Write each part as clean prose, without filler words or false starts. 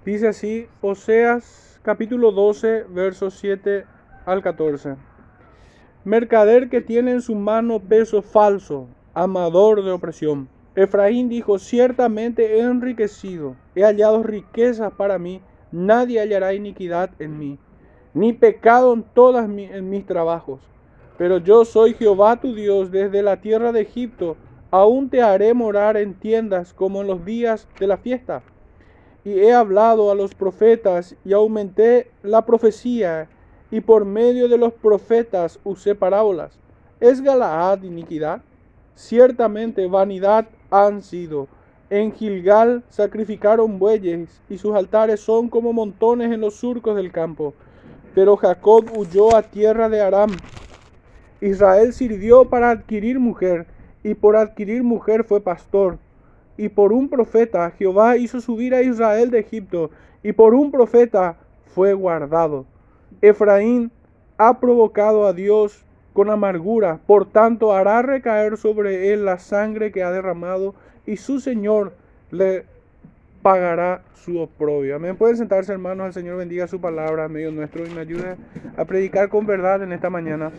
Dice así, Oseas capítulo 12, versos 7 al 14. Mercader que tiene en su mano peso falso, amador de opresión. Efraín dijo, ciertamente he enriquecido, he hallado riquezas para mí, nadie hallará iniquidad en mí, ni pecado en mis trabajos. Pero yo soy Jehová tu Dios desde la tierra de Egipto, aún te haré morar en tiendas como en los días de la fiesta. Y he hablado a los profetas y aumenté la profecía, y por medio de los profetas usé parábolas. ¿Es Galaad iniquidad? Ciertamente vanidad han sido. En Gilgal sacrificaron bueyes, y sus altares son como montones en los surcos del campo. Pero Jacob huyó a tierra de Aram. Israel sirvió para adquirir mujer, y por adquirir mujer fue pastor. Y por un profeta Jehová hizo subir a Israel de Egipto, y por un profeta fue guardado. Efraín ha provocado a Dios con amargura, por tanto hará recaer sobre él la sangre que ha derramado, y su Señor le pagará su oprobio. Amén. Pueden sentarse, hermanos. El Señor bendiga su palabra en medio nuestro y me ayude a predicar con verdad en esta mañana.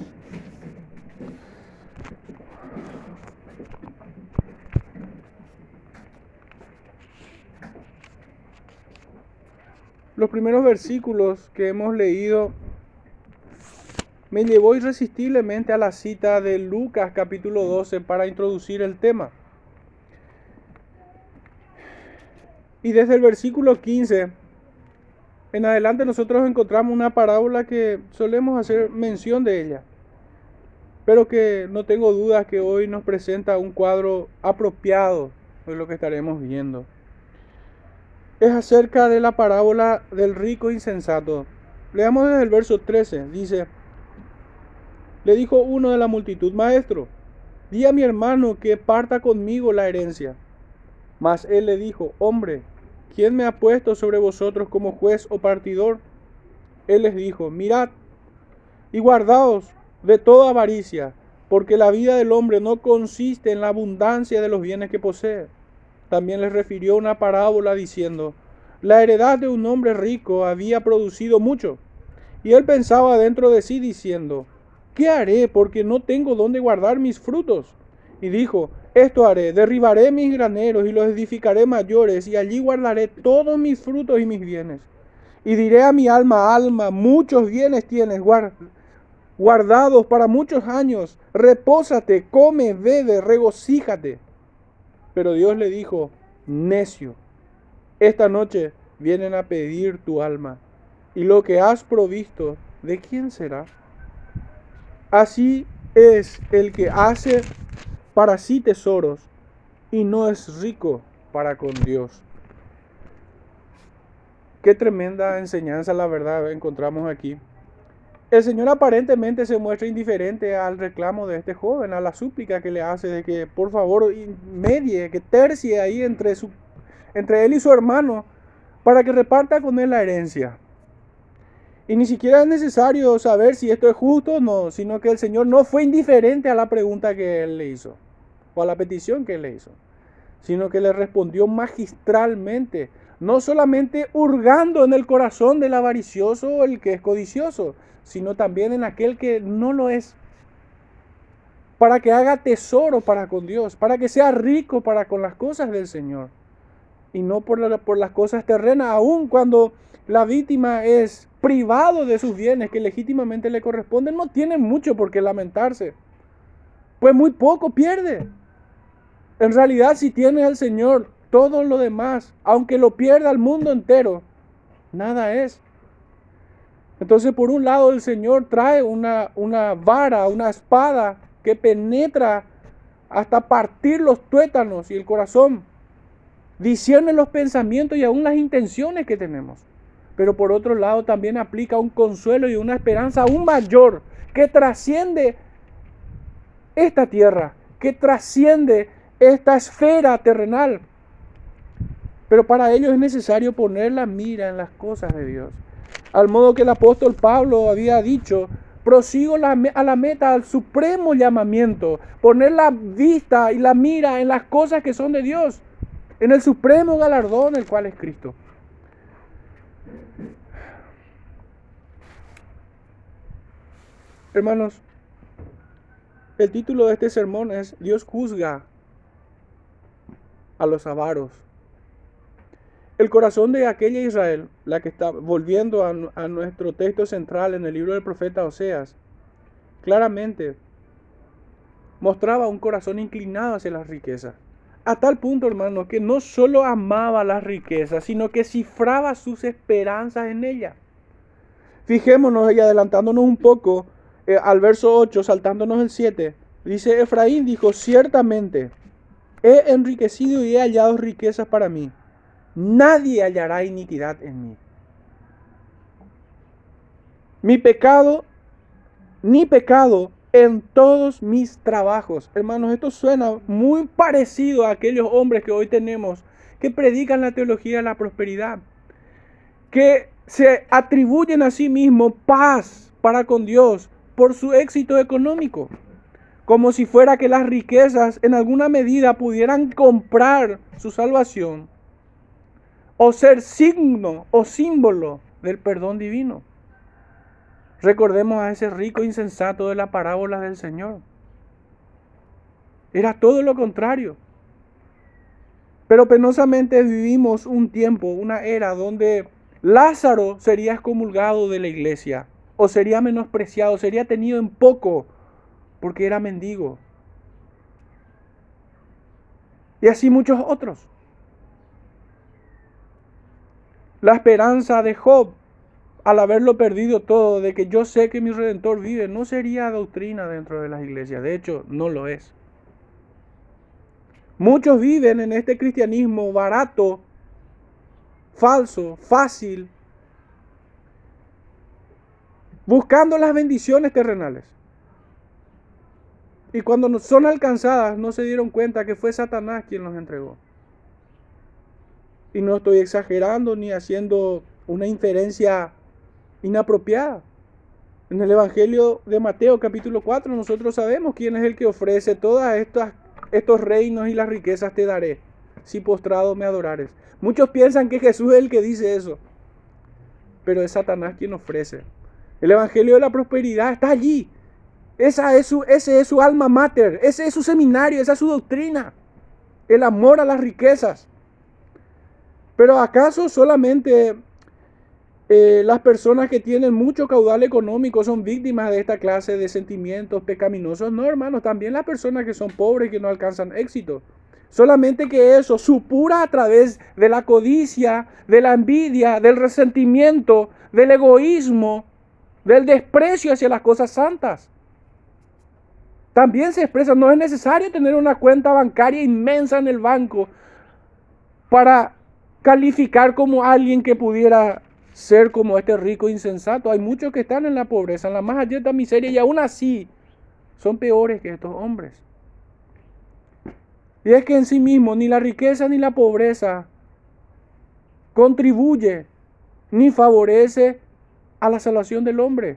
Los primeros versículos que hemos leído me llevó irresistiblemente a la cita de Lucas capítulo 12 para introducir el tema. Y desde el versículo 15 en adelante nosotros encontramos una parábola que solemos hacer mención de ella, pero que no tengo dudas que hoy nos presenta un cuadro apropiado de lo que estaremos viendo. Es acerca de la parábola del rico insensato. Leamos desde el verso 13. Dice, le dijo uno de la multitud, maestro, di a mi hermano que parta conmigo la herencia. Mas él le dijo, hombre, ¿quién me ha puesto sobre vosotros como juez o partidor? Él les dijo, mirad y guardaos de toda avaricia, porque la vida del hombre no consiste en la abundancia de los bienes que posee. También les refirió una parábola diciendo, la heredad de un hombre rico había producido mucho, y él pensaba dentro de sí diciendo, ¿qué haré? Porque no tengo dónde guardar mis frutos. Y dijo, esto haré, derribaré mis graneros y los edificaré mayores, y allí guardaré todos mis frutos y mis bienes. Y diré a mi alma, alma, muchos bienes tienes guardados para muchos años, repósate, come, bebe, regocíjate. Pero Dios le dijo, necio, esta noche vienen a pedir tu alma, y lo que has provisto, ¿de quién será? Así es el que hace para sí tesoros, y no es rico para con Dios. Qué tremenda enseñanza, la verdad, encontramos aquí. El Señor aparentemente se muestra indiferente al reclamo de este joven, a la súplica que le hace de que por favor medie, que tercie ahí entre él y su hermano para que reparta con él la herencia. Y ni siquiera es necesario saber si esto es justo o no, sino que el Señor no fue indiferente a la pregunta que él le hizo, o a la petición que él le hizo, sino que le respondió magistralmente, no solamente hurgando en el corazón del avaricioso o el que es codicioso, sino también en aquel que no lo es, para que haga tesoro para con Dios, para que sea rico para con las cosas del Señor, y no por las cosas terrenas, aun cuando la víctima es privado de sus bienes que legítimamente le corresponden, no tiene mucho por qué lamentarse, pues muy poco pierde. En realidad, si tiene al Señor, todo lo demás, aunque lo pierda el mundo entero, nada es. Entonces, por un lado, el Señor trae una vara, una espada que penetra hasta partir los tuétanos y el corazón. Discierne los pensamientos y aún las intenciones que tenemos. Pero por otro lado, también aplica un consuelo y una esperanza aún mayor que trasciende esta tierra, que trasciende esta esfera terrenal. Pero para ello es necesario poner la mira en las cosas de Dios. Al modo que el apóstol Pablo había dicho, prosigo a la meta, al supremo llamamiento, poner la vista y la mira en las cosas que son de Dios, en el supremo galardón, el cual es Cristo. Hermanos, el título de este sermón es Dios juzga a los avaros. El corazón de aquella Israel, la que está volviendo a nuestro texto central en el libro del profeta Oseas, claramente mostraba un corazón inclinado hacia las riquezas. A tal punto, hermano, que no solo amaba las riquezas, sino que cifraba sus esperanzas en ellas. Fijémonos y adelantándonos un poco al verso 8, saltándonos el 7, dice: Efraín dijo, ciertamente, he enriquecido y he hallado riquezas para mí. Nadie hallará iniquidad en mí. Mi pecado, ni pecado en todos mis trabajos. Hermanos, esto suena muy parecido a aquellos hombres que hoy tenemos que predican la teología de la prosperidad, que se atribuyen a sí mismos paz para con Dios por su éxito económico, como si fuera que las riquezas en alguna medida pudieran comprar su salvación o ser signo o símbolo del perdón divino. Recordemos a ese rico insensato de la parábola del Señor. Era todo lo contrario. Pero penosamente vivimos un tiempo, una era donde Lázaro sería excomulgado de la iglesia, o sería menospreciado, sería tenido en poco, porque era mendigo. Y así muchos otros. La esperanza de Job, al haberlo perdido todo, de que yo sé que mi Redentor vive, no sería doctrina dentro de las iglesias. De hecho, no lo es. Muchos viven en este cristianismo barato, falso, fácil, buscando las bendiciones terrenales. Y cuando son alcanzadas, no se dieron cuenta que fue Satanás quien los entregó. Y no estoy exagerando ni haciendo una inferencia inapropiada. En el Evangelio de Mateo capítulo 4 nosotros sabemos quién es el que ofrece todas estos reinos y las riquezas te daré, si postrado me adorares. Muchos piensan que Jesús es el que dice eso, pero es Satanás quien ofrece. El Evangelio de la prosperidad está allí. Ese es su alma mater, ese es su seminario, esa es su doctrina. El amor a las riquezas. Pero ¿acaso solamente las personas que tienen mucho caudal económico son víctimas de esta clase de sentimientos pecaminosos? No, hermanos, también las personas que son pobres y que no alcanzan éxito. Solamente que eso supura a través de la codicia, de la envidia, del resentimiento, del egoísmo, del desprecio hacia las cosas santas. También se expresa, no es necesario tener una cuenta bancaria inmensa en el banco para calificar como alguien que pudiera ser como este rico insensato. Hay muchos que están en la pobreza, en la más alta miseria, y aún así son peores que estos hombres. Y es que en sí mismo ni la riqueza ni la pobreza contribuye ni favorece a la salvación del hombre.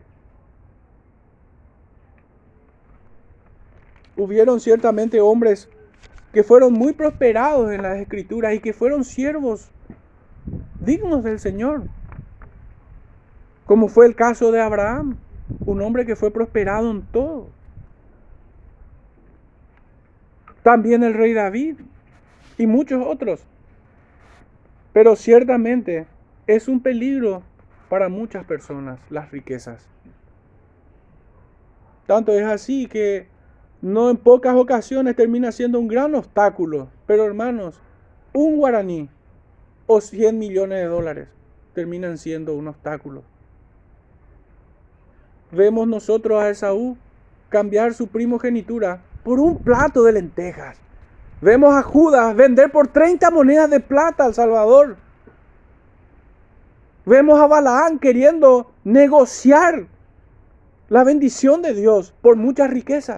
Hubieron ciertamente hombres que fueron muy prosperados en las Escrituras y que fueron siervos dignos del Señor, como fue el caso de Abraham, un hombre que fue prosperado en todo. También el rey David y muchos otros. Pero ciertamente es un peligro para muchas personas las riquezas. Tanto es así que no en pocas ocasiones termina siendo un gran obstáculo. Pero hermanos, un guaraní o 100 millones de dólares terminan siendo un obstáculo. Vemos nosotros a Esaú cambiar su primogenitura por un plato de lentejas. Vemos a Judas vender por 30 monedas de plata al Salvador. Vemos a Balaán queriendo negociar la bendición de Dios por mucha riqueza.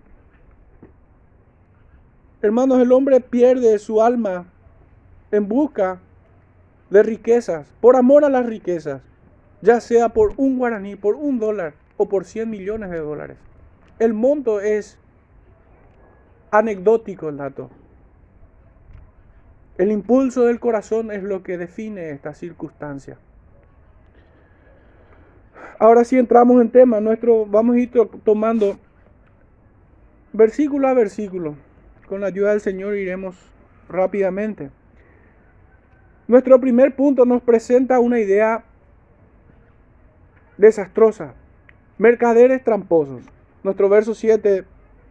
Hermanos, el hombre pierde su alma en busca de riquezas, por amor a las riquezas, ya sea por un guaraní, por $1 o por 100 millones de dólares. El monto es anecdótico, el dato. El impulso del corazón es lo que define esta circunstancia. Ahora sí entramos en tema. Vamos a ir tomando versículo a versículo. Con la ayuda del Señor iremos rápidamente. Nuestro primer punto nos presenta una idea desastrosa. Mercaderes tramposos. Nuestro verso 7,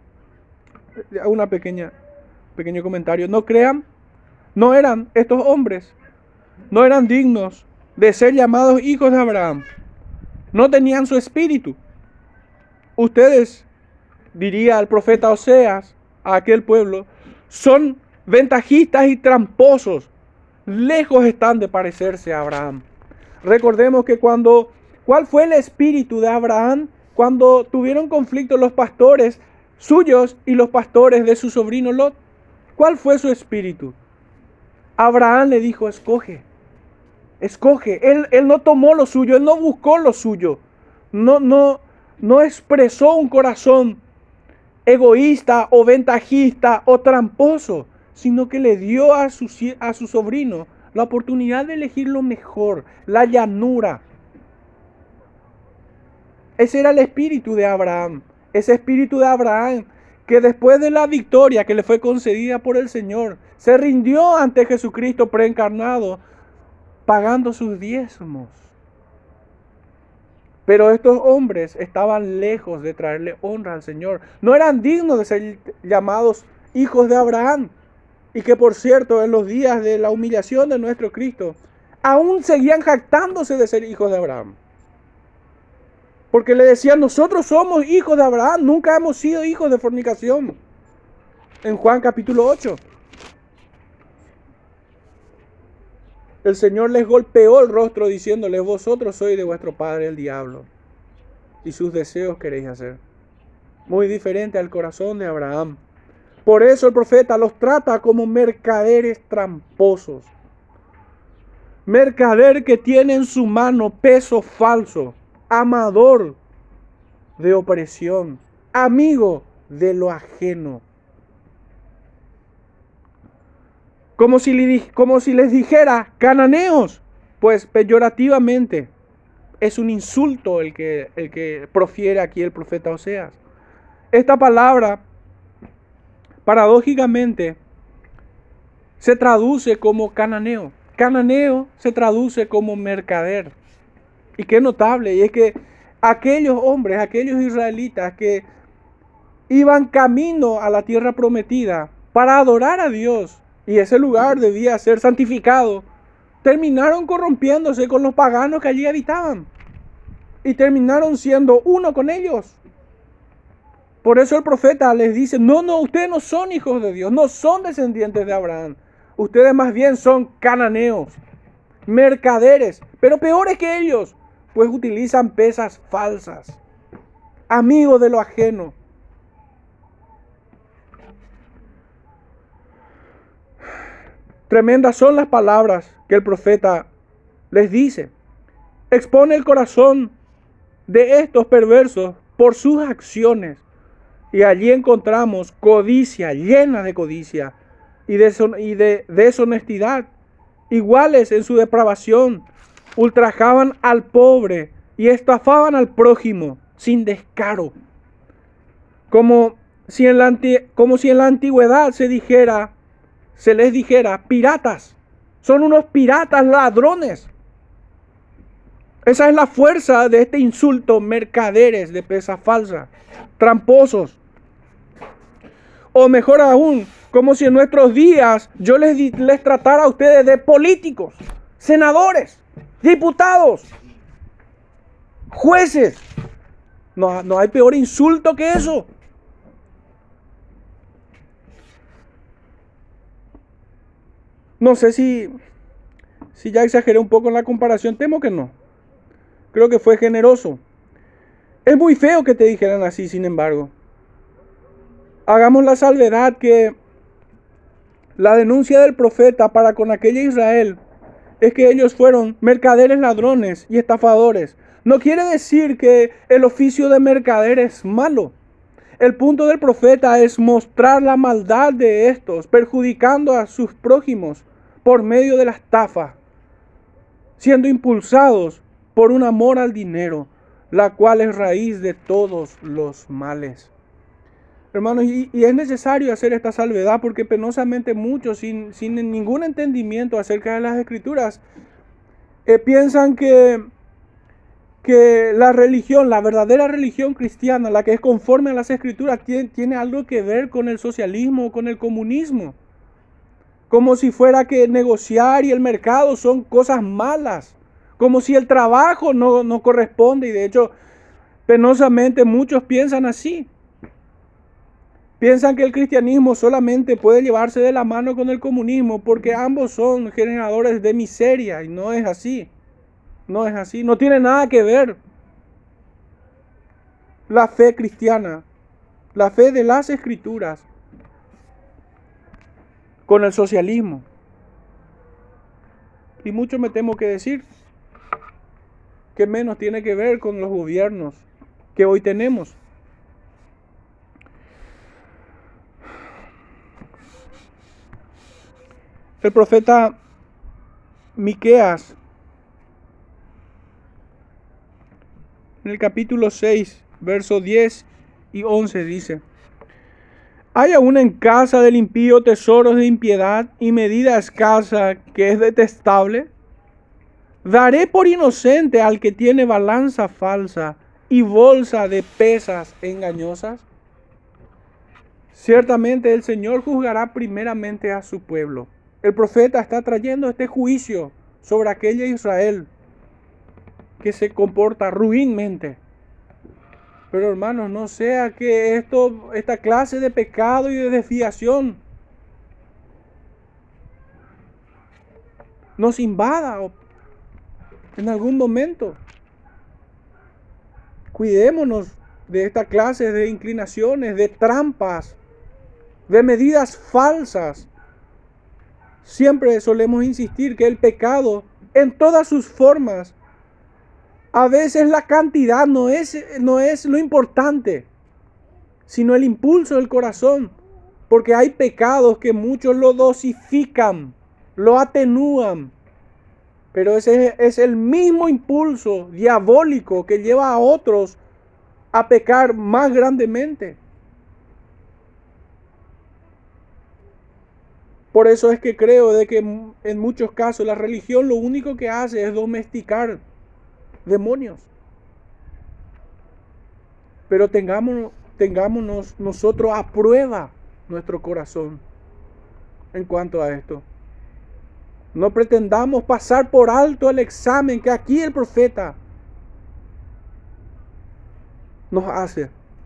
pequeño comentario. No crean, no eran estos hombres, no eran dignos de ser llamados hijos de Abraham. No tenían su espíritu. Ustedes, diría el profeta Oseas a aquel pueblo, son ventajistas y tramposos. Lejos están de parecerse a Abraham. Recordemos que ¿cuál fue el espíritu de Abraham cuando tuvieron conflicto los pastores suyos y los pastores de su sobrino Lot? ¿Cuál fue su espíritu? Abraham le dijo, escoge. Él no tomó lo suyo, él no buscó lo suyo. No expresó un corazón egoísta o ventajista o tramposo, sino que le dio a su sobrino la oportunidad de elegir lo mejor, la llanura. Ese era el espíritu de Abraham. Ese espíritu de Abraham que después de la victoria que le fue concedida por el Señor, se rindió ante Jesucristo preencarnado, pagando sus diezmos. Pero estos hombres estaban lejos de traerle honra al Señor. No eran dignos de ser llamados hijos de Abraham. Y que por cierto, en los días de la humillación de nuestro Cristo, aún seguían jactándose de ser hijos de Abraham. Porque le decían, nosotros somos hijos de Abraham, nunca hemos sido hijos de fornicación. En Juan capítulo 8. El Señor les golpeó el rostro diciéndoles, vosotros sois de vuestro padre el diablo, y sus deseos queréis hacer. Muy diferente al corazón de Abraham. Por eso el profeta los trata como mercaderes tramposos. Mercader que tiene en su mano peso falso, amador de opresión, amigo de lo ajeno. Como si les dijera cananeos, pues peyorativamente es un insulto el que profiere aquí el profeta Oseas. Esta palabra, paradójicamente, se traduce como cananeo. Cananeo se traduce como mercader. Y qué notable, y es que aquellos hombres, aquellos israelitas que iban camino a la tierra prometida para adorar a Dios, y ese lugar debía ser santificado, terminaron corrompiéndose con los paganos que allí habitaban. Y terminaron siendo uno con ellos. Por eso el profeta les dice, no, ustedes no son hijos de Dios, no son descendientes de Abraham. Ustedes más bien son cananeos, mercaderes, pero peores que ellos, pues utilizan pesas falsas, amigos de lo ajeno. Tremendas son las palabras que el profeta les dice. Expone el corazón de estos perversos por sus acciones. Y allí encontramos codicia, llena de codicia y de deshonestidad. Iguales en su depravación, ultrajaban al pobre y estafaban al prójimo sin descaro. Como si en la antigüedad se les dijera piratas. Son unos piratas ladrones. Esa es la fuerza de este insulto, mercaderes de pesa falsa, tramposos. O mejor aún, como si en nuestros días yo les tratara a ustedes de políticos, senadores, diputados, jueces. No hay peor insulto que eso. No sé si ya exageré un poco en la comparación, temo que no. Creo que fue generoso. Es muy feo que te dijeran así, sin embargo. Hagamos la salvedad que la denuncia del profeta para con aquella Israel es que ellos fueron mercaderes ladrones y estafadores. No quiere decir que el oficio de mercader es malo. El punto del profeta es mostrar la maldad de estos, perjudicando a sus prójimos por medio de la estafa, siendo impulsados por un amor al dinero. la cual es raíz de todos los males. Hermanos, y es necesario hacer esta salvedad porque penosamente muchos, sin ningún entendimiento acerca de las Escrituras, piensan que la religión, la verdadera religión cristiana, la que es conforme a las Escrituras, tiene algo que ver con el socialismo o con el comunismo. Como si fuera que negociar y el mercado son cosas malas. Como si el trabajo no corresponde. Y de hecho, penosamente muchos piensan así. Piensan que el cristianismo solamente puede llevarse de la mano con el comunismo porque ambos son generadores de miseria. Y no es así. No es así. No tiene nada que ver la fe cristiana, la fe de las Escrituras, con el socialismo. Y mucho me temo que decir que menos tiene que ver con los gobiernos que hoy tenemos. El profeta Miqueas, en el capítulo 6, versos 10 y 11 dice: ¿hay aún en casa del impío tesoros de impiedad y medida escasa que es detestable? ¿Daré por inocente al que tiene balanza falsa y bolsa de pesas engañosas? Ciertamente el Señor juzgará primeramente a su pueblo. El profeta está trayendo este juicio sobre aquella Israel que se comporta ruinmente. Pero hermanos, no sea que esta clase de pecado y de desviación nos invada en algún momento. Cuidémonos de esta clase de inclinaciones, de trampas, de medidas falsas. Siempre solemos insistir que el pecado, en todas sus formas, a veces la cantidad no es lo importante, sino el impulso del corazón. Porque hay pecados que muchos lo dosifican, lo atenúan. Pero ese es el mismo impulso diabólico que lleva a otros a pecar más grandemente. Por eso es que creo de que en muchos casos la religión lo único que hace es domesticar demonios. Pero tengámonos nosotros a prueba nuestro corazón en cuanto a esto. No pretendamos pasar por alto el examen que aquí el profeta nos hace.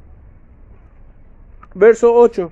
Verso 8.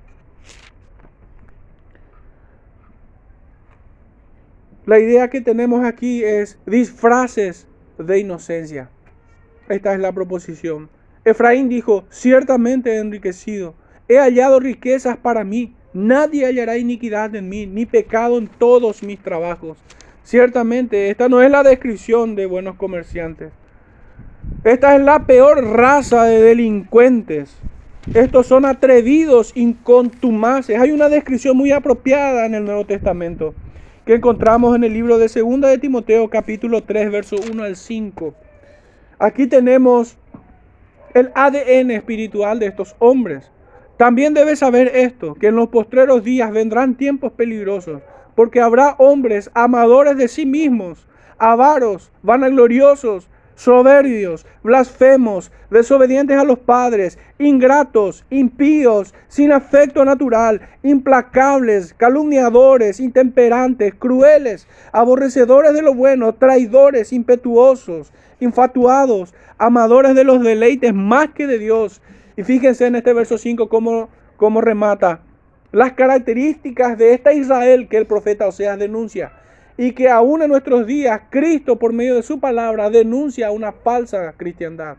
La idea que tenemos aquí es disfraces de inocencia. Esta es la proposición. Efraín dijo: ciertamente he enriquecido, he hallado riquezas para mí, nadie hallará iniquidad en mí, ni pecado en todos mis trabajos. Ciertamente esta no es la descripción de buenos comerciantes. Esta es la peor raza de delincuentes. Estos son atrevidos, incontumaces. Hay una descripción muy apropiada en el Nuevo Testamento que encontramos en el libro de 2 de Timoteo, capítulo 3, verso 1 al 5. Aquí tenemos el ADN espiritual de estos hombres. También debes saber esto, que en los postreros días vendrán tiempos peligrosos, porque habrá hombres amadores de sí mismos, avaros, vanagloriosos, soberbios, blasfemos, desobedientes a los padres, ingratos, impíos, sin afecto natural, implacables, calumniadores, intemperantes, crueles, aborrecedores de lo bueno, traidores, impetuosos, infatuados, amadores de los deleites más que de Dios. Y fíjense en este verso 5 cómo remata las características de esta Israel que el profeta Oseas denuncia. Y que aún en nuestros días Cristo, por medio de su palabra, denuncia una falsa cristiandad.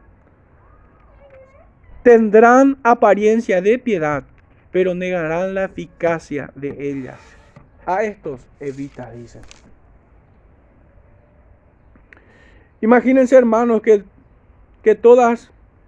Tendrán apariencia de piedad, pero negarán la eficacia de ella. A estos evita, dice. Imagínense, hermanos, que todas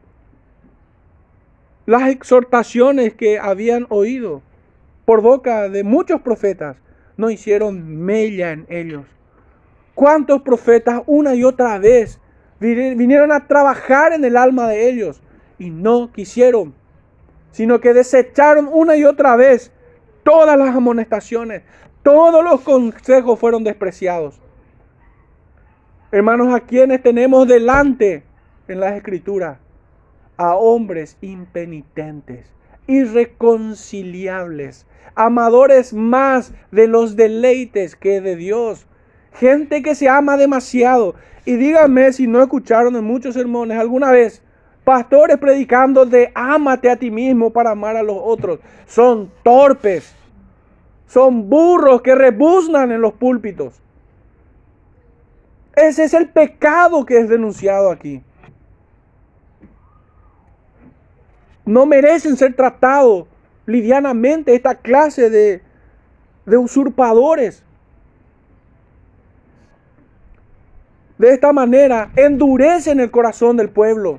las exhortaciones que habían oído por boca de muchos profetas no hicieron mella en ellos. ¿Cuántos profetas una y otra vez Vinieron a trabajar en el alma de ellos y no quisieron, sino que desecharon una y otra vez todas las amonestaciones, todos los consejos fueron despreciados. Hermanos, a quienes tenemos delante en las Escrituras, a hombres impenitentes, irreconciliables, amadores más de los deleites que de Dios, gente que se ama demasiado. Y díganme si no escucharon en muchos sermones alguna vez pastores predicando de ámate a ti mismo para amar a los otros. Son torpes, son burros que rebuznan en los púlpitos. Ese es el pecado que es denunciado aquí. No merecen ser tratados livianamente esta clase de usurpadores. De esta manera endurecen el corazón del pueblo.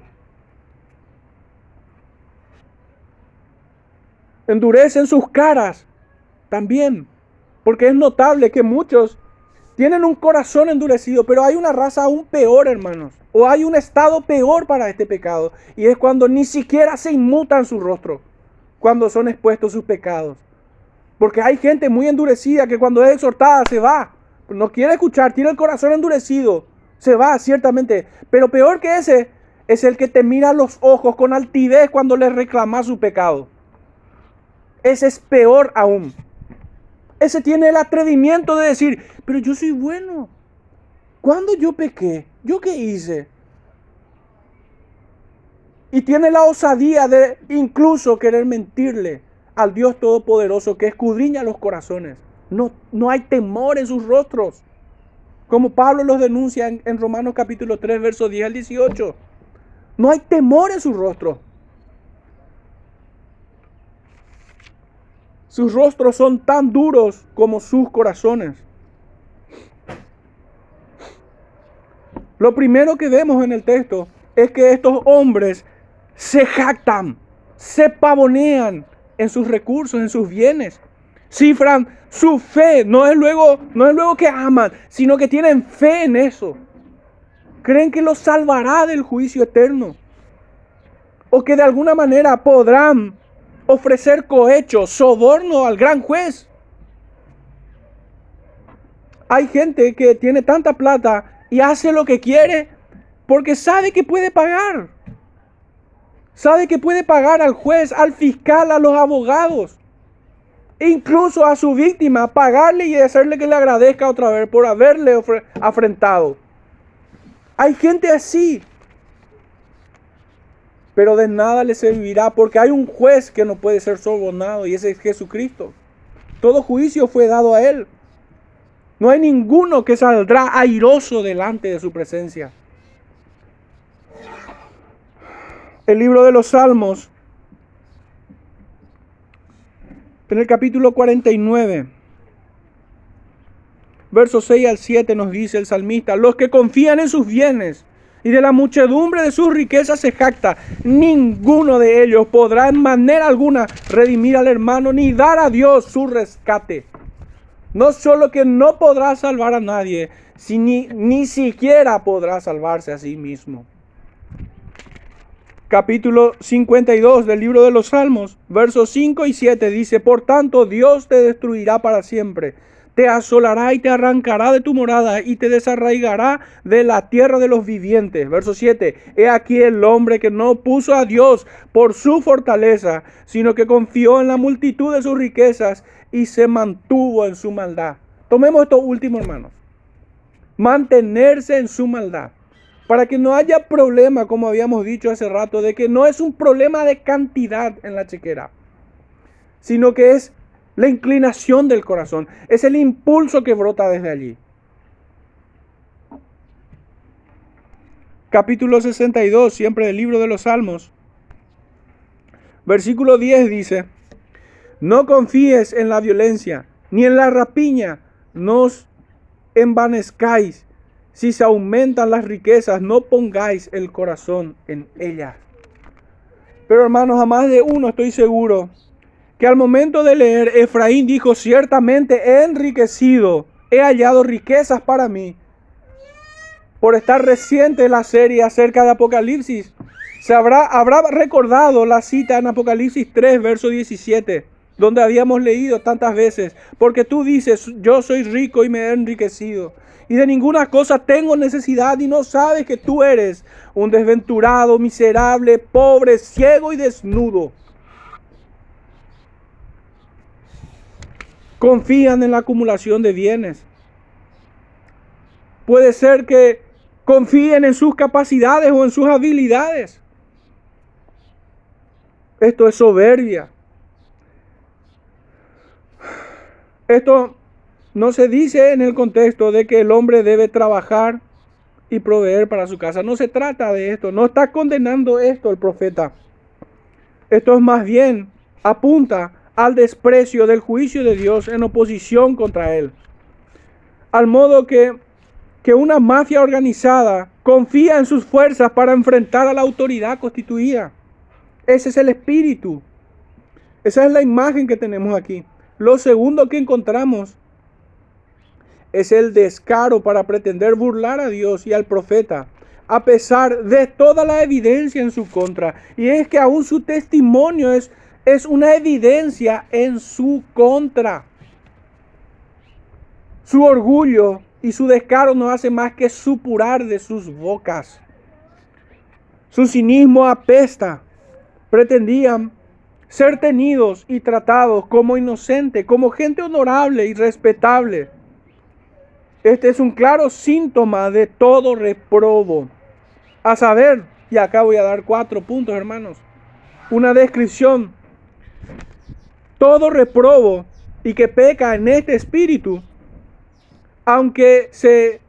Endurecen sus caras también. Porque es notable que muchos tienen un corazón endurecido, pero hay una raza aún peor, hermanos. O hay un estado peor para este pecado. Y es cuando ni siquiera se inmutan su rostro, cuando son expuestos sus pecados. Porque hay gente muy endurecida que cuando es exhortada se va. No quiere escuchar, tiene el corazón endurecido. Se va, ciertamente. Pero peor que ese es el que te mira a los ojos con altivez cuando le reclamas su pecado. Ese es peor aún. Ese tiene el atrevimiento de decir, pero yo soy bueno. ¿Cuándo yo pequé? ¿Yo qué hice? Y tiene la osadía de incluso querer mentirle al Dios Todopoderoso que escudriña los corazones. No hay temor en sus rostros. Como Pablo los denuncia en Romanos capítulo 3, versos 10 al 18. No hay temor en sus rostros. Sus rostros son tan duros como sus corazones. Lo primero que vemos en el texto es que estos hombres se jactan, se pavonean en sus recursos, en sus bienes. Cifran su fe, no es luego que aman, sino que tienen fe en eso. Creen que los salvará del juicio eterno. O que de alguna manera podrán ofrecer cohecho, soborno al gran juez. Hay gente que tiene tanta plata y hace lo que quiere porque sabe que puede pagar. Sabe que puede pagar al juez, al fiscal, a los abogados. E incluso a su víctima, pagarle y hacerle que le agradezca otra vez por haberle afrentado. Hay gente así. Pero de nada le servirá porque hay un juez que no puede ser sobornado y ese es Jesucristo. Todo juicio fue dado a Él. No hay ninguno que saldrá airoso delante de su presencia. El libro de los Salmos, en el capítulo 49, versos 6 al 7 nos dice el salmista: los que confían en sus bienes y de la muchedumbre de sus riquezas se jacta, ninguno de ellos podrá en manera alguna redimir al hermano ni dar a Dios su rescate. No solo que no podrá salvar a nadie, ni siquiera podrá salvarse a sí mismo. Capítulo 52 del libro de los Salmos, versos 5 y 7 dice: por tanto Dios te destruirá para siempre, te asolará y te arrancará de tu morada y te desarraigará de la tierra de los vivientes. Verso 7, he aquí el hombre que no puso a Dios por su fortaleza, sino que confió en la multitud de sus riquezas y se mantuvo en su maldad. Tomemos esto último, hermanos. Mantenerse en su maldad. Para que no haya problema, como habíamos dicho hace rato, de que no es un problema de cantidad en la chequera, sino que es la inclinación del corazón, es el impulso que brota desde allí. Capítulo 62, siempre del libro de los Salmos, versículo 10 dice: no confíes en la violencia, ni en la rapiña, no os envanezcáis. Si se aumentan las riquezas, no pongáis el corazón en ellas. Pero hermanos, a más de uno estoy seguro que al momento de leer, Efraín dijo: ciertamente he enriquecido, he hallado riquezas para mí. por estar reciente la serie acerca de Apocalipsis, habrá recordado la cita en Apocalipsis 3, verso 17, donde habíamos leído tantas veces, porque tú dices, yo soy rico y me he enriquecido, y de ninguna cosa tengo necesidad, y no sabes que tú eres un desventurado, miserable, pobre, ciego y desnudo. Confían en la acumulación de bienes. Puede ser que confíen en sus capacidades o en sus habilidades. Esto es soberbia. Esto no se dice en el contexto de que el hombre debe trabajar y proveer para su casa. No se trata de esto. No está condenando esto el profeta. Esto es más bien apunta al desprecio del juicio de Dios en oposición contra él. Al modo que una mafia organizada confía en sus fuerzas para enfrentar a la autoridad constituida. Ese es el espíritu. Esa es la imagen que tenemos aquí. Lo segundo que encontramos es el descaro para pretender burlar a Dios y al profeta, a pesar de toda la evidencia en su contra. Y es que aún su testimonio es una evidencia en su contra. Su orgullo y su descaro no hace más que supurar de sus bocas. Su cinismo apesta. Pretendían ser tenidos y tratados como inocentes, como gente honorable y respetable. Este es un claro síntoma de todo reprobo. A saber, y acá voy a dar 4 puntos, hermanos. Una descripción. Todo reprobo y que peca en este espíritu, aunque se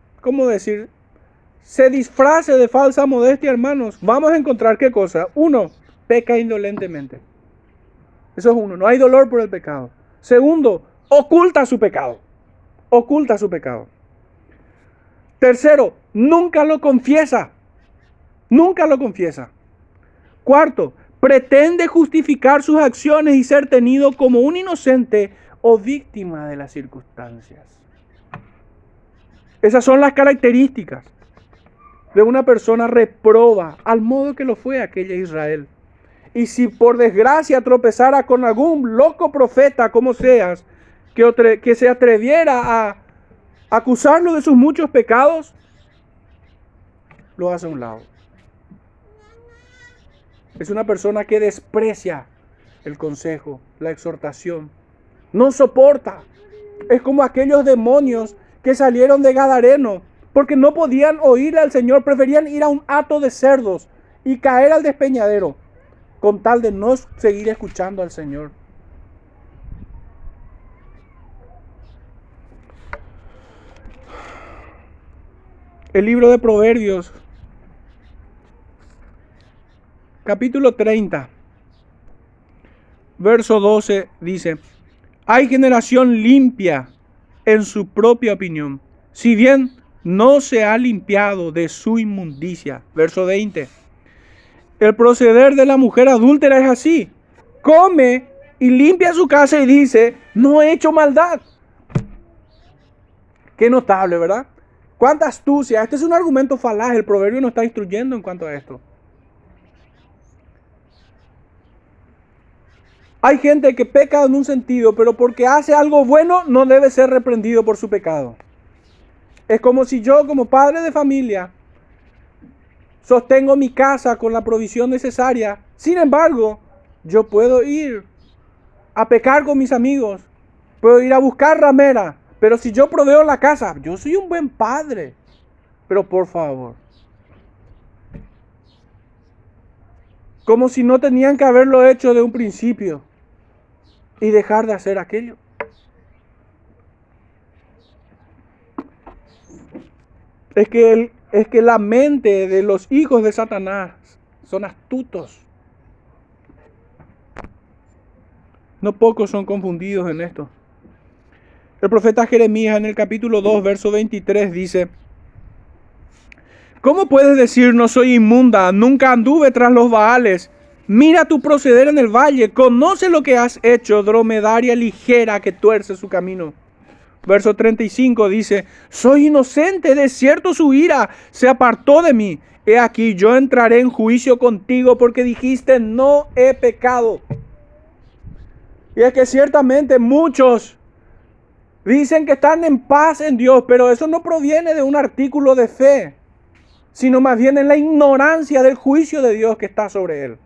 disfrace de falsa modestia, hermanos, vamos a encontrar ¿qué cosa? 1, peca indolentemente. Eso es 1, no hay dolor por el pecado. 2, oculta su pecado. Oculta su pecado. 3, nunca lo confiesa. Nunca lo confiesa. 4, pretende justificar sus acciones y ser tenido como un inocente o víctima de las circunstancias. Esas son las características de una persona reproba, al modo que lo fue aquella Israel. Y si por desgracia tropezara con algún loco profeta, como seas, que se atreviera a acusarlo de sus muchos pecados, lo hace a un lado. Es una persona que desprecia el consejo, la exhortación. No soporta. Es como aquellos demonios que salieron de Gadareno porque no podían oírle al Señor, preferían ir a un hato de cerdos y caer al despeñadero con tal de no seguir escuchando al Señor. El libro de Proverbios, capítulo 30, verso 12 dice: hay generación limpia en su propia opinión, si bien no se ha limpiado de su inmundicia. Verso 20. El proceder de la mujer adúltera es así: come y limpia su casa y dice, no he hecho maldad. Qué notable, ¿verdad? Cuánta astucia. Este es un argumento falaz. El proverbio nos está instruyendo en cuanto a esto. Hay gente que peca en un sentido, pero porque hace algo bueno no debe ser reprendido por su pecado. Es como si yo, como padre de familia, sostengo mi casa con la provisión necesaria. Sin embargo, yo puedo ir a pecar con mis amigos, puedo ir a buscar ramera, pero si yo proveo la casa, yo soy un buen padre. Pero por favor, como si no tenían que haberlo hecho de un principio y dejar de hacer aquello. Es que la mente de los hijos de Satanás son astutos. No pocos son confundidos en esto. El profeta Jeremías en el capítulo 2, verso 23 dice: ¿cómo puedes decir no soy inmunda? Nunca anduve tras los Baales. Mira tu proceder en el valle. Conoce lo que has hecho, dromedaria ligera que tuerce su camino. Verso 35 dice: soy inocente, de cierto su ira se apartó de mí. He aquí, yo entraré en juicio contigo porque dijiste, no he pecado. Y es que ciertamente muchos dicen que están en paz en Dios, pero eso no proviene de un artículo de fe, sino más bien en la ignorancia del juicio de Dios que está sobre él.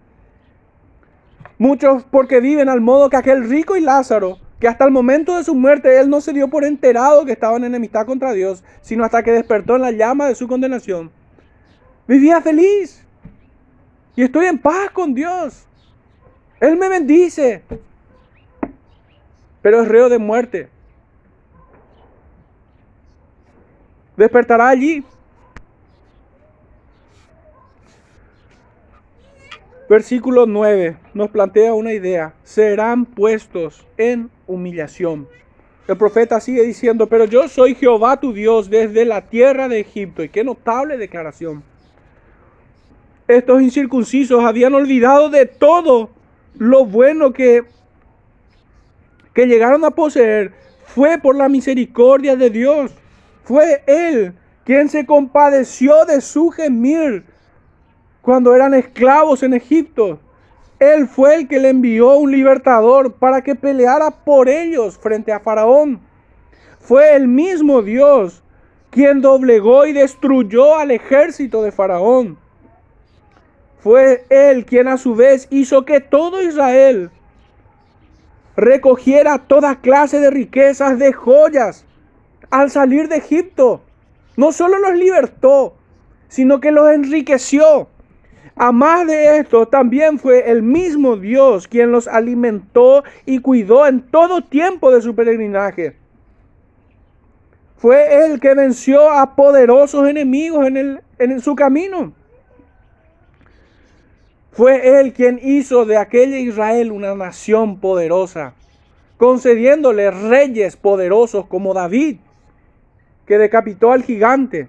Muchos porque viven al modo que aquel rico y Lázaro, que hasta el momento de su muerte él no se dio por enterado que estaba en enemistad contra Dios, sino hasta que despertó en la llama de su condenación. Vivía feliz y estoy en paz con Dios. Él me bendice, pero es reo de muerte. Despertará allí. Versículo 9 nos plantea una idea: serán puestos en humillación. El profeta sigue diciendo: pero yo soy Jehová tu Dios desde la tierra de Egipto. Y qué notable declaración. Estos incircuncisos habían olvidado de todo lo bueno que llegaron a poseer. Fue por la misericordia de Dios. Fue Él quien se compadeció de su gemir cuando eran esclavos en Egipto. Él fue el que le envió un libertador para que peleara por ellos frente a Faraón. Fue el mismo Dios quien doblegó y destruyó al ejército de Faraón. Fue Él quien a su vez hizo que todo Israel recogiera toda clase de riquezas, de joyas, al salir de Egipto. No solo los libertó, sino que los enriqueció. A más de esto, también fue el mismo Dios quien los alimentó y cuidó en todo tiempo de su peregrinaje. Fue Él que venció a poderosos enemigos en su camino. Fue Él quien hizo de aquella Israel una nación poderosa, concediéndole reyes poderosos como David, que decapitó al gigante.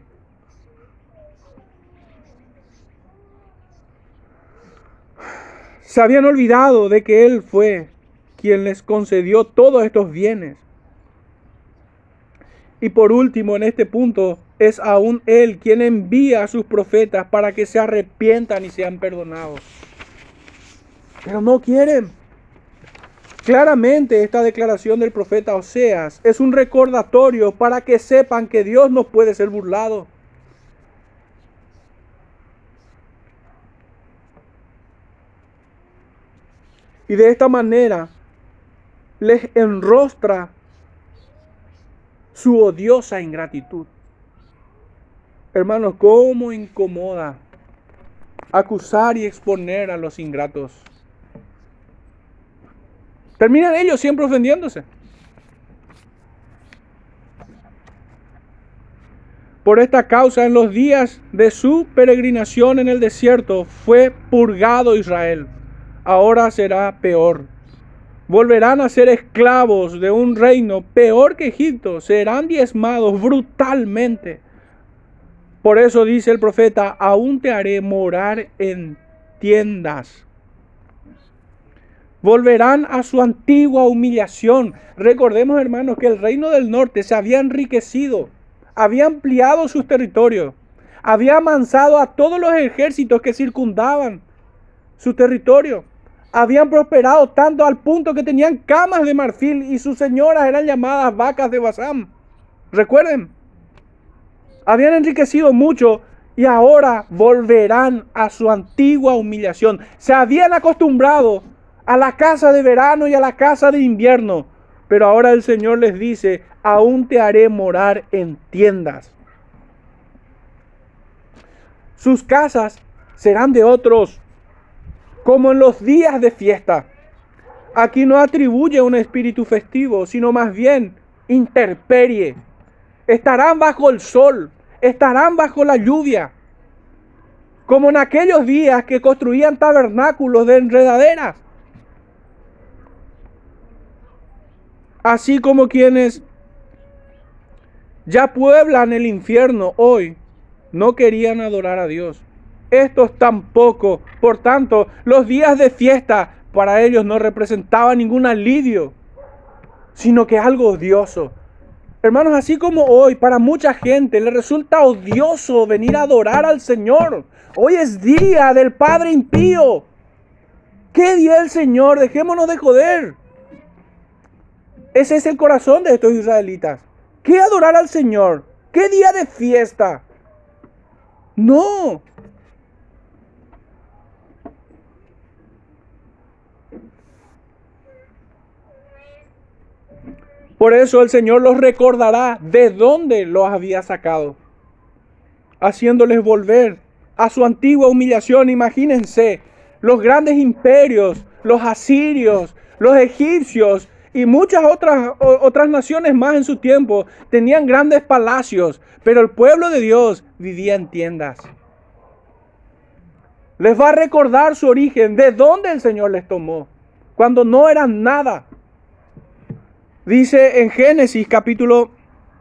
Se habían olvidado de que Él fue quien les concedió todos estos bienes. Y por último, en este punto, es aún Él quien envía a sus profetas para que se arrepientan y sean perdonados. Pero no quieren. Claramente esta declaración del profeta Oseas es un recordatorio para que sepan que Dios no puede ser burlado. Y de esta manera les enrostra su odiosa ingratitud. Hermanos, cómo incomoda acusar y exponer a los ingratos. Terminan ellos siempre ofendiéndose. Por esta causa, en los días de su peregrinación en el desierto, fue purgado Israel. Ahora será peor. Volverán a ser esclavos de un reino peor que Egipto. Serán diezmados brutalmente. Por eso dice el profeta: aún te haré morar en tiendas. Volverán a su antigua humillación. Recordemos, hermanos, que el reino del norte se había enriquecido, había ampliado sus territorios, había amansado a todos los ejércitos que circundaban su territorio. Habían prosperado tanto al punto que tenían camas de marfil y sus señoras eran llamadas vacas de Basán. Recuerden, habían enriquecido mucho y ahora volverán a su antigua humillación. Se habían acostumbrado a la casa de verano y a la casa de invierno, pero ahora el Señor les dice: aún te haré morar en tiendas. Sus casas serán de otros, como en los días de fiesta. Aquí no atribuye un espíritu festivo, sino más bien intemperie. Estarán bajo el sol, estarán bajo la lluvia, como en aquellos días que construían tabernáculos de enredaderas. Así como quienes ya pueblan el infierno hoy no querían adorar a Dios. Estos tampoco. Por tanto, los días de fiesta para ellos no representaban ningún alivio, sino que algo odioso. Hermanos, así como hoy para mucha gente le resulta odioso venir a adorar al Señor, hoy es día del Padre impío. ¿Qué día el Señor? Dejémonos de joder. Ese es el corazón de estos israelitas. ¿Qué adorar al Señor? ¿Qué día de fiesta? No. Por eso el Señor los recordará de dónde los había sacado, haciéndoles volver a su antigua humillación. Imagínense, los grandes imperios, los asirios, los egipcios y muchas otras naciones más en su tiempo tenían grandes palacios, pero el pueblo de Dios vivía en tiendas. Les va a recordar su origen, de dónde el Señor les tomó, cuando no eran nada. Dice en Génesis capítulo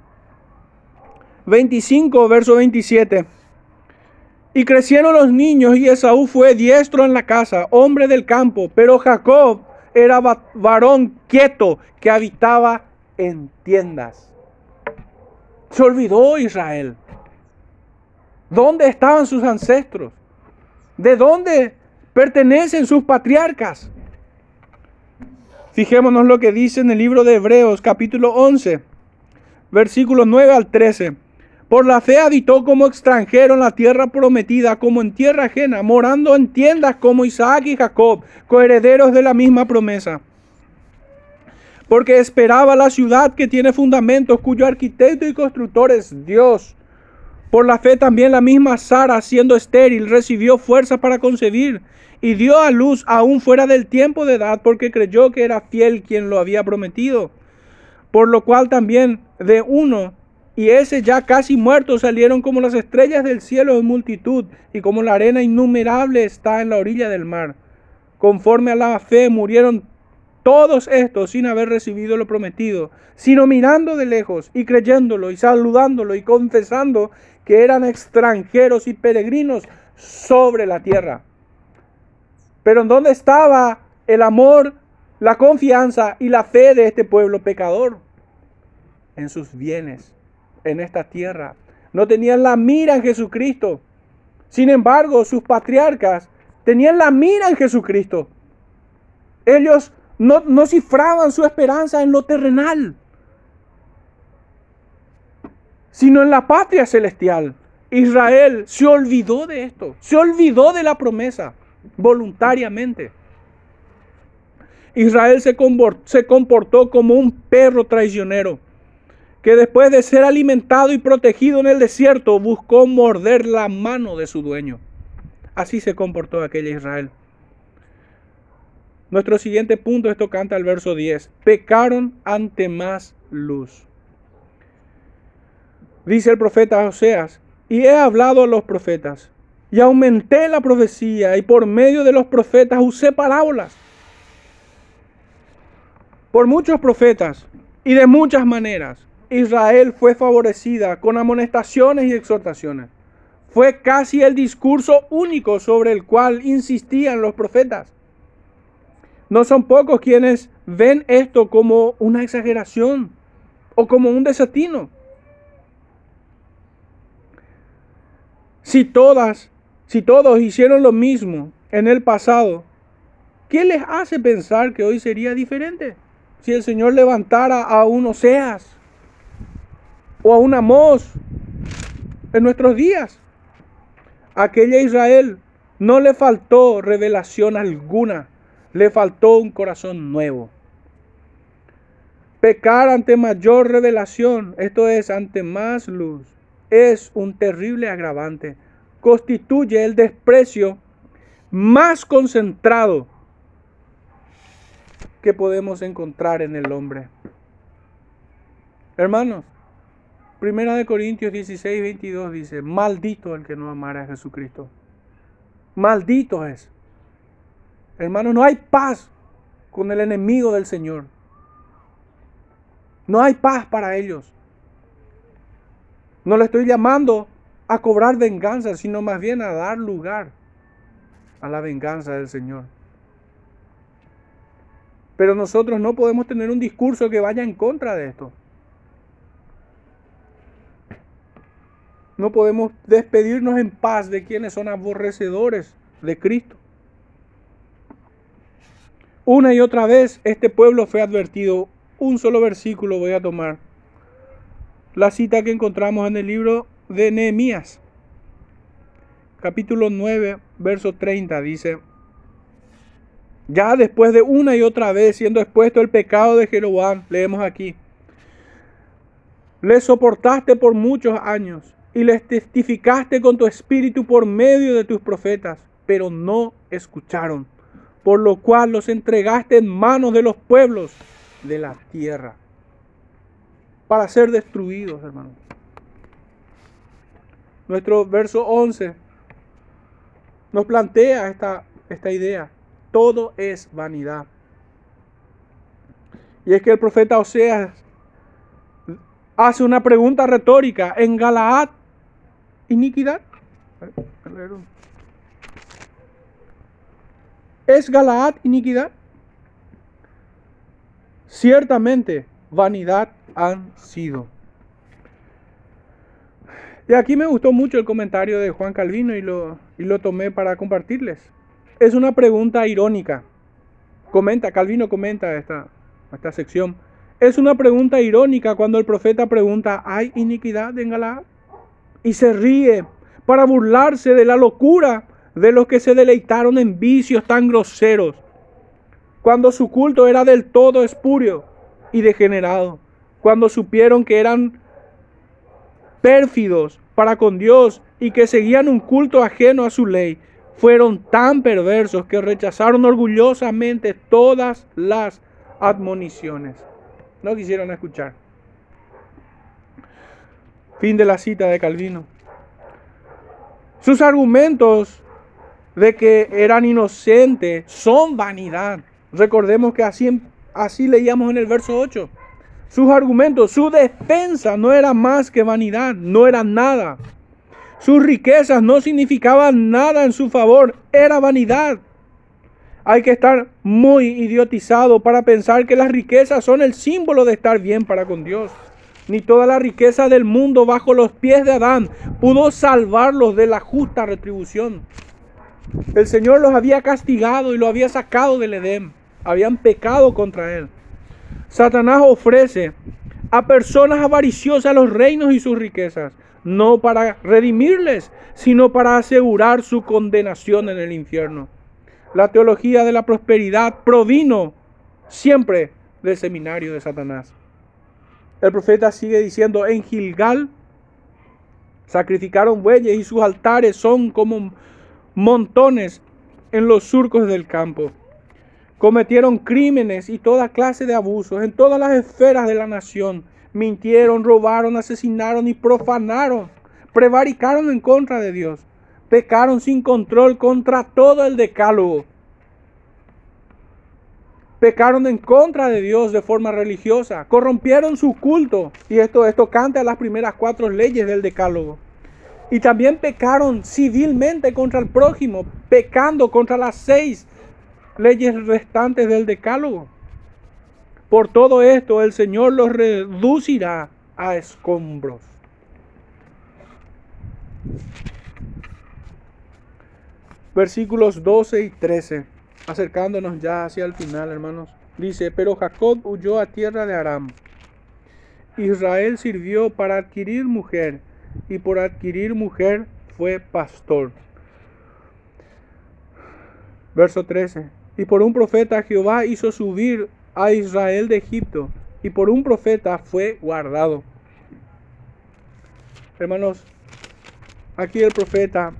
25, verso 27. Y crecieron los niños y Esaú fue diestro en la casa, hombre del campo, pero Jacob era varón quieto que habitaba en tiendas. Se olvidó Israel. ¿Dónde estaban sus ancestros? ¿De dónde pertenecen sus patriarcas? Fijémonos lo que dice en el libro de Hebreos, capítulo 11, versículos 9 al 13. Por la fe habitó como extranjero en la tierra prometida, como en tierra ajena, morando en tiendas como Isaac y Jacob, coherederos de la misma promesa. Porque esperaba la ciudad que tiene fundamentos, cuyo arquitecto y constructor es Dios. Por la fe también la misma Sara, siendo estéril, recibió fuerza para concebir y dio a luz aún fuera del tiempo de edad, porque creyó que era fiel quien lo había prometido. Por lo cual también de uno, y ese ya casi muerto, salieron como las estrellas del cielo en multitud, y como la arena innumerable está en la orilla del mar. Conforme a la fe murieron todos estos sin haber recibido lo prometido, sino mirando de lejos y creyéndolo y saludándolo y confesando que eran extranjeros y peregrinos sobre la tierra. Pero ¿en dónde estaba el amor, la confianza y la fe de este pueblo pecador? En sus bienes, en esta tierra. No tenían la mira en Jesucristo. Sin embargo, sus patriarcas tenían la mira en Jesucristo. Ellos no cifraban su esperanza en lo terrenal, sino en la patria celestial. Israel se olvidó de esto, se olvidó de la promesa voluntariamente. Israel se comportó como un perro traicionero, que después de ser alimentado y protegido en el desierto, buscó morder la mano de su dueño. Así se comportó aquella Israel. Nuestro siguiente punto es tocante al verso 10. Pecaron ante más luz. Dice el profeta Oseas, y he hablado a los profetas, y aumenté la profecía, y por medio de los profetas usé parábolas. Por muchos profetas y de muchas maneras, Israel fue favorecida con amonestaciones y exhortaciones. Fue casi el discurso único sobre el cual insistían los profetas. No son pocos quienes ven esto como una exageración o como un desatino. Si todos hicieron lo mismo en el pasado, ¿qué les hace pensar que hoy sería diferente? Si el Señor levantara a un Oseas o a un Amós en nuestros días. Aquella Israel no le faltó revelación alguna, le faltó un corazón nuevo. Pecar ante mayor revelación, esto es, ante más luz, es un terrible agravante. Constituye el desprecio más concentrado que podemos encontrar en el hombre. Hermanos, 1 Corintios 16, 22 dice, maldito el que no amara a Jesucristo. Maldito es. Hermanos, no hay paz con el enemigo del Señor. No hay paz para ellos. No le estoy llamando a cobrar venganza, sino más bien a dar lugar a la venganza del Señor. Pero nosotros no podemos tener un discurso que vaya en contra de esto. No podemos despedirnos en paz de quienes son aborrecedores de Cristo. Una y otra vez este pueblo fue advertido. Un solo versículo voy a tomar. La cita que encontramos en el libro de Nehemías. Capítulo 9, verso 30 dice: ya después de una y otra vez siendo expuesto el pecado de Jeroboam, leemos aquí: le soportaste por muchos años y les testificaste con tu espíritu por medio de tus profetas, pero no escucharon, por lo cual los entregaste en manos de los pueblos de la tierra para ser destruidos, hermanos. Nuestro verso 11 nos plantea esta idea. Todo es vanidad. Y es que el profeta Oseas hace una pregunta retórica: ¿en Galaad iniquidad? ¿Es Galaad iniquidad? Ciertamente, vanidad han sido. Y aquí me gustó mucho el comentario de Juan Calvino y lo tomé para compartirles. Es una pregunta irónica. Calvino comenta esta sección. Es una pregunta irónica cuando el profeta pregunta: ¿hay iniquidad en Galaad? Y se ríe para burlarse de la locura de los que se deleitaron en vicios tan groseros, cuando su culto era del todo espurio y degenerado, cuando supieron que eran pérfidos para con Dios y que seguían un culto ajeno a su ley. Fueron tan perversos que rechazaron orgullosamente todas las admoniciones. No quisieron escuchar. Fin de la cita de Calvino. Sus argumentos de que eran inocentes son vanidad. Recordemos que así leíamos en el verso 8. Sus argumentos, su defensa no era más que vanidad, no era nada. Sus riquezas no significaban nada en su favor, era vanidad. Hay que estar muy idiotizado para pensar que las riquezas son el símbolo de estar bien para con Dios. Ni toda la riqueza del mundo bajo los pies de Adán pudo salvarlos de la justa retribución. El Señor los había castigado y los había sacado del Edén. Habían pecado contra Él. Satanás ofrece a personas avariciosas los reinos y sus riquezas, no para redimirles, sino para asegurar su condenación en el infierno. La teología de la prosperidad provino siempre del seminario de Satanás. El profeta sigue diciendo: en Gilgal sacrificaron bueyes y sus altares son como montones en los surcos del campo. Cometieron crímenes y toda clase de abusos en todas las esferas de la nación. Mintieron, robaron, asesinaron y profanaron. Prevaricaron en contra de Dios. Pecaron sin control contra todo el decálogo. Pecaron en contra de Dios de forma religiosa. Corrompieron su culto. Y esto canta las primeras 4 leyes del decálogo. Y también pecaron civilmente contra el prójimo, pecando contra las 6 leyes restantes del decálogo. Por todo esto el Señor los reducirá a escombros. Versículos 12 y 13, acercándonos ya hacia el final, hermanos. Dice: pero Jacob huyó a tierra de Aram. Israel sirvió para adquirir mujer, y por adquirir mujer fue pastor. Verso 13. Y por un profeta Jehová hizo subir a Israel de Egipto, y por un profeta fue guardado. Hermanos, aquí el profeta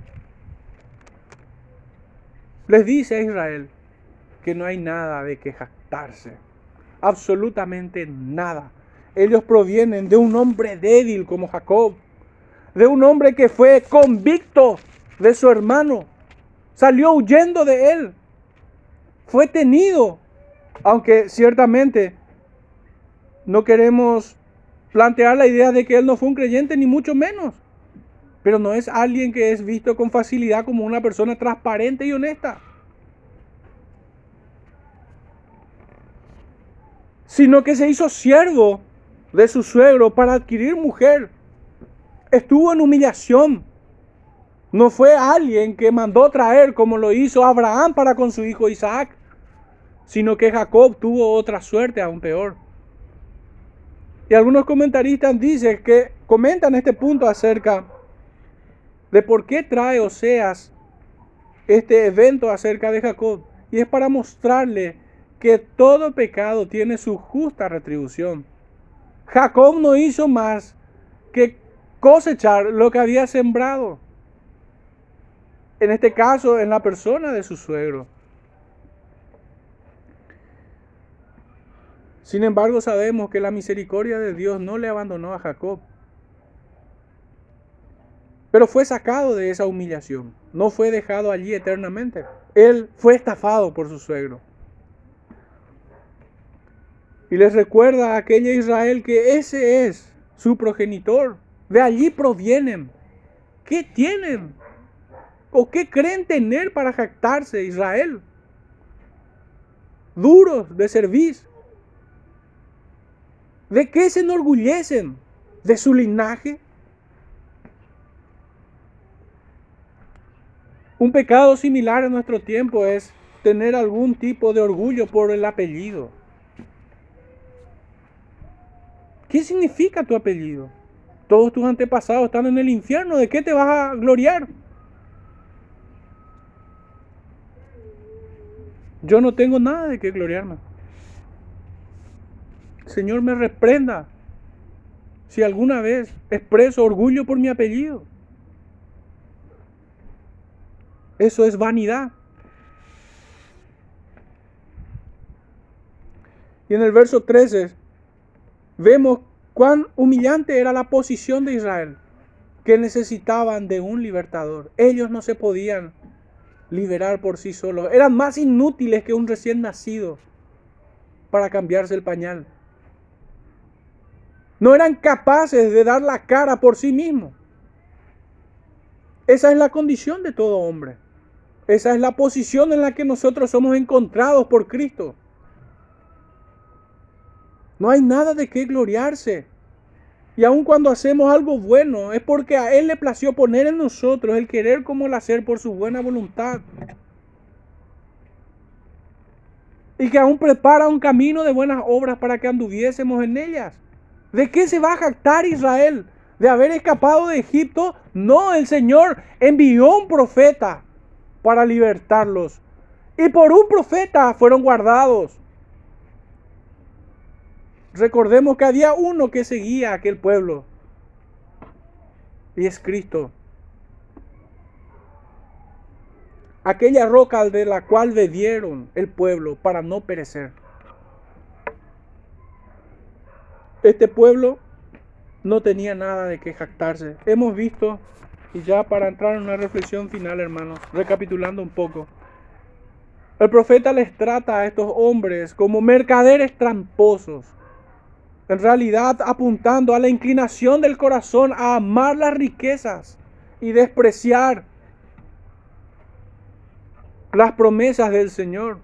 les dice a Israel que no hay nada de que jactarse, absolutamente nada. Ellos provienen de un hombre débil como Jacob, de un hombre que fue convicto de su hermano, salió huyendo de él, fue tenido, aunque ciertamente no queremos plantear la idea de que él no fue un creyente, ni mucho menos, pero no es alguien que es visto con facilidad como una persona transparente y honesta, sino que se hizo siervo de su suegro para adquirir mujer. estuvo en humillación. No fue alguien que mandó traer como lo hizo Abraham para con su hijo Isaac, sino que Jacob tuvo otra suerte aún peor. Y algunos comentaristas dicen que comentan este punto acerca de por qué trae Oseas este evento acerca de Jacob. Y es para mostrarle que todo pecado tiene su justa retribución. Jacob no hizo más que cosechar lo que había sembrado. En este caso, en la persona de su suegro. Sin embargo, sabemos que la misericordia de Dios no le abandonó a Jacob. Pero fue sacado de esa humillación. No fue dejado allí eternamente. Él fue estafado por su suegro. Y les recuerda a aquella Israel que ese es su progenitor. De allí provienen. ¿Qué tienen? ¿O qué creen tener para jactarse Israel? Duros de cerviz. ¿De qué se enorgullecen? ¿De su linaje? Un pecado similar en nuestro tiempo es tener algún tipo de orgullo por el apellido. ¿Qué significa tu apellido? Todos tus antepasados están en el infierno. ¿De qué te vas a gloriar? Yo no tengo nada de qué gloriarme. Señor, me reprenda si alguna vez expreso orgullo por mi apellido. Eso es vanidad. Y en el verso 13 vemos cuán humillante era la posición de Israel, que necesitaban de un libertador. Ellos no se podían liberar por sí solos. Eran más inútiles que un recién nacido para cambiarse el pañal. No eran capaces de dar la cara por sí mismos. Esa es la condición de todo hombre. Esa es la posición en la que nosotros somos encontrados por Cristo. No hay nada de qué gloriarse. Y aun cuando hacemos algo bueno, es porque a Él le plació poner en nosotros el querer como el hacer por su buena voluntad. Y que aún prepara un camino de buenas obras para que anduviésemos en ellas. ¿De qué se va a jactar Israel? ¿De haber escapado de Egipto? No, el Señor envió un profeta para libertarlos. Y por un profeta fueron guardados. Recordemos que había uno que seguía a aquel pueblo. Y es Cristo. Aquella roca de la cual bebieron el pueblo para no perecer. Este pueblo no tenía nada de qué jactarse. Hemos visto, y ya para entrar en una reflexión final, hermanos, recapitulando un poco, el profeta les trata a estos hombres como mercaderes tramposos, en realidad apuntando a la inclinación del corazón a amar las riquezas y despreciar las promesas del Señor.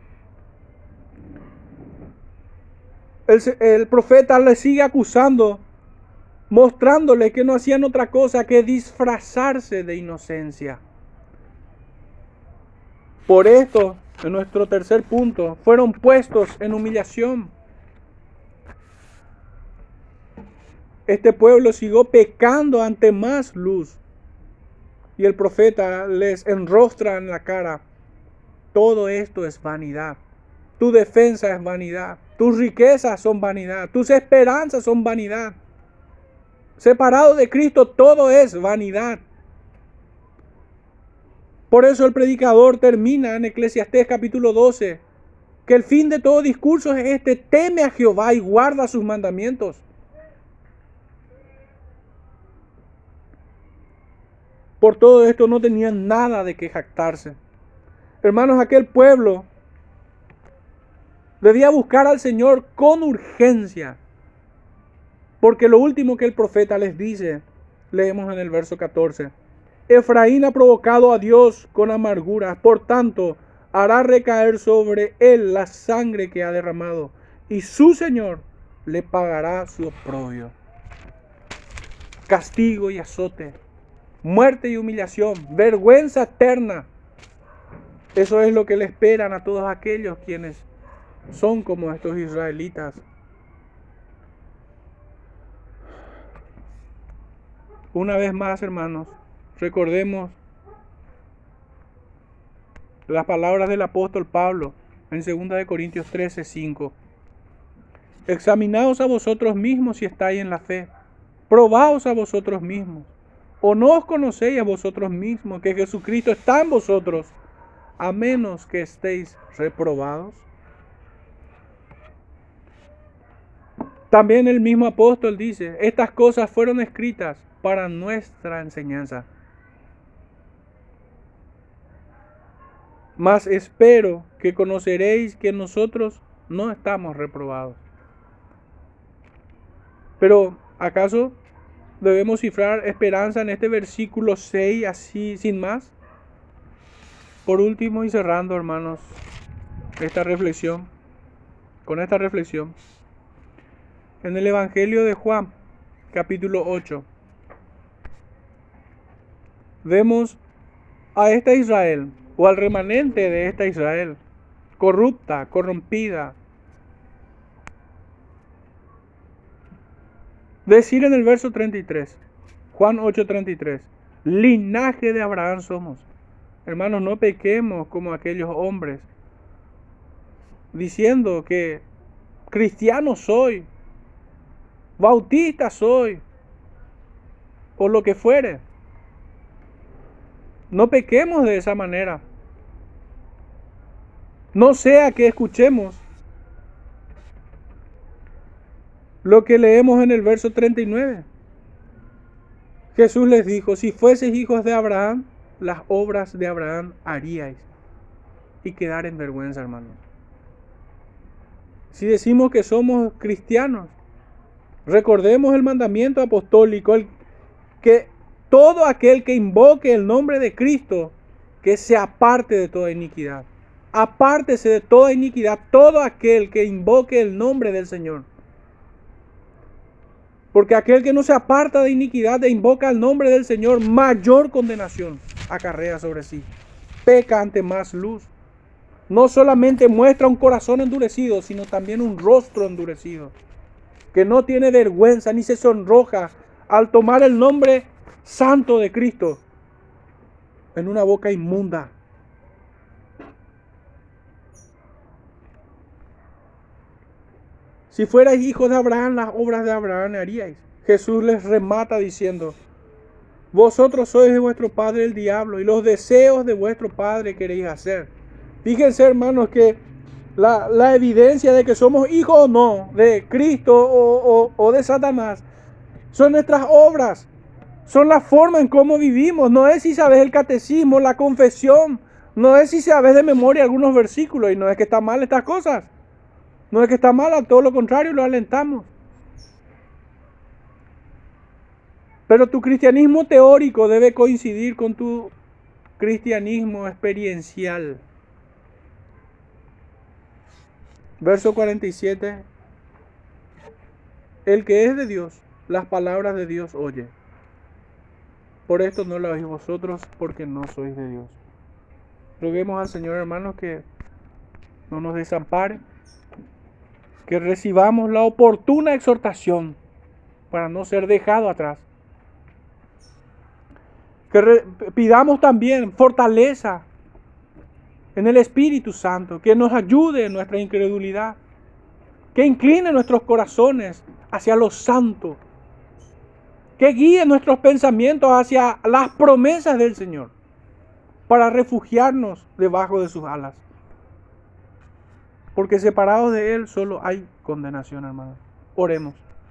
El profeta le sigue acusando, mostrándole que no hacían otra cosa que disfrazarse de inocencia. Por esto, en nuestro tercer punto, fueron puestos en humillación. Este pueblo siguió pecando ante más luz. Y el profeta les enrostra en la cara: todo esto es vanidad. Tu defensa es vanidad. Tus riquezas son vanidad. Tus esperanzas son vanidad. Separado de Cristo, todo es vanidad. Por eso el predicador termina en Eclesiastés capítulo 12, que el fin de todo discurso es este: teme a Jehová y guarda sus mandamientos. Por todo esto no tenían nada de qué jactarse. Hermanos, aquel pueblo debía buscar al Señor con urgencia. Porque lo último que el profeta les dice, leemos en el verso 14. Efraín ha provocado a Dios con amargura, por tanto hará recaer sobre él la sangre que ha derramado, y su Señor le pagará su oprobio. castigo y azote, muerte y humillación, vergüenza eterna. Eso es lo que le esperan a todos aquellos quienes son como estos israelitas. Una vez más, hermanos, recordemos las palabras del apóstol Pablo en 2 Corintios 13:5. Examinaos a vosotros mismos si estáis en la fe. Probaos a vosotros mismos. ¿O no os conocéis a vosotros mismos que Jesucristo está en vosotros, a menos que estéis reprobados? También el mismo apóstol dice, estas cosas fueron escritas para nuestra enseñanza. Mas espero que conoceréis que nosotros no estamos reprobados. Pero, ¿acaso debemos cifrar esperanza en este versículo 6 así sin más? Por último y cerrando, hermanos, con esta reflexión, en el Evangelio de Juan, capítulo 8, vemos a esta Israel, o al remanente de esta Israel, corrupta, corrompida. Decir en el verso 33, Juan 8:33, linaje de Abraham somos. Hermanos, no pequemos como aquellos hombres, diciendo que cristiano soy, bautista soy, o lo que fuere. No pequemos de esa manera. No sea que escuchemos lo que leemos en el verso 39. Jesús les dijo, si fueseis hijos de Abraham, las obras de Abraham haríais. Y quedar en vergüenza, hermanos. Si decimos que somos cristianos, recordemos el mandamiento apostólico, que todo aquel que invoque el nombre de Cristo, que se aparte de toda iniquidad. Apártese de toda iniquidad todo aquel que invoque el nombre del Señor. Porque aquel que no se aparta de iniquidad e invoca el nombre del Señor, mayor condenación acarrea sobre sí. Peca ante más luz. No solamente muestra un corazón endurecido, sino también un rostro endurecido, que no tiene vergüenza ni se sonroja al tomar el nombre santo de Cristo en una boca inmunda. Si fuerais hijos de Abraham, las obras de Abraham haríais. Jesús les remata diciendo, vosotros sois de vuestro padre el diablo, y los deseos de vuestro padre queréis hacer. Fíjense, hermanos, que la evidencia de que somos hijos o no de Cristo o de Satanás son nuestras obras, son la forma en cómo vivimos. No es si sabes el catecismo, la confesión, no es si sabes de memoria algunos versículos, y no es que está mal estas cosas. No es que está mal, a todo lo contrario, lo alentamos. Pero tu cristianismo teórico debe coincidir con tu cristianismo experiencial. Verso 47. El que es de Dios, las palabras de Dios oye. Por esto no lo oís vosotros, porque no sois de Dios. Roguemos al Señor, hermanos, que no nos desampare, que recibamos la oportuna exhortación para no ser dejado atrás. Que pidamos también fortaleza en el Espíritu Santo, que nos ayude en nuestra incredulidad, que incline nuestros corazones hacia lo santo, que guíe nuestros pensamientos hacia las promesas del Señor, para refugiarnos debajo de sus alas. Porque separados de Él solo hay condenación, hermanos. Oremos.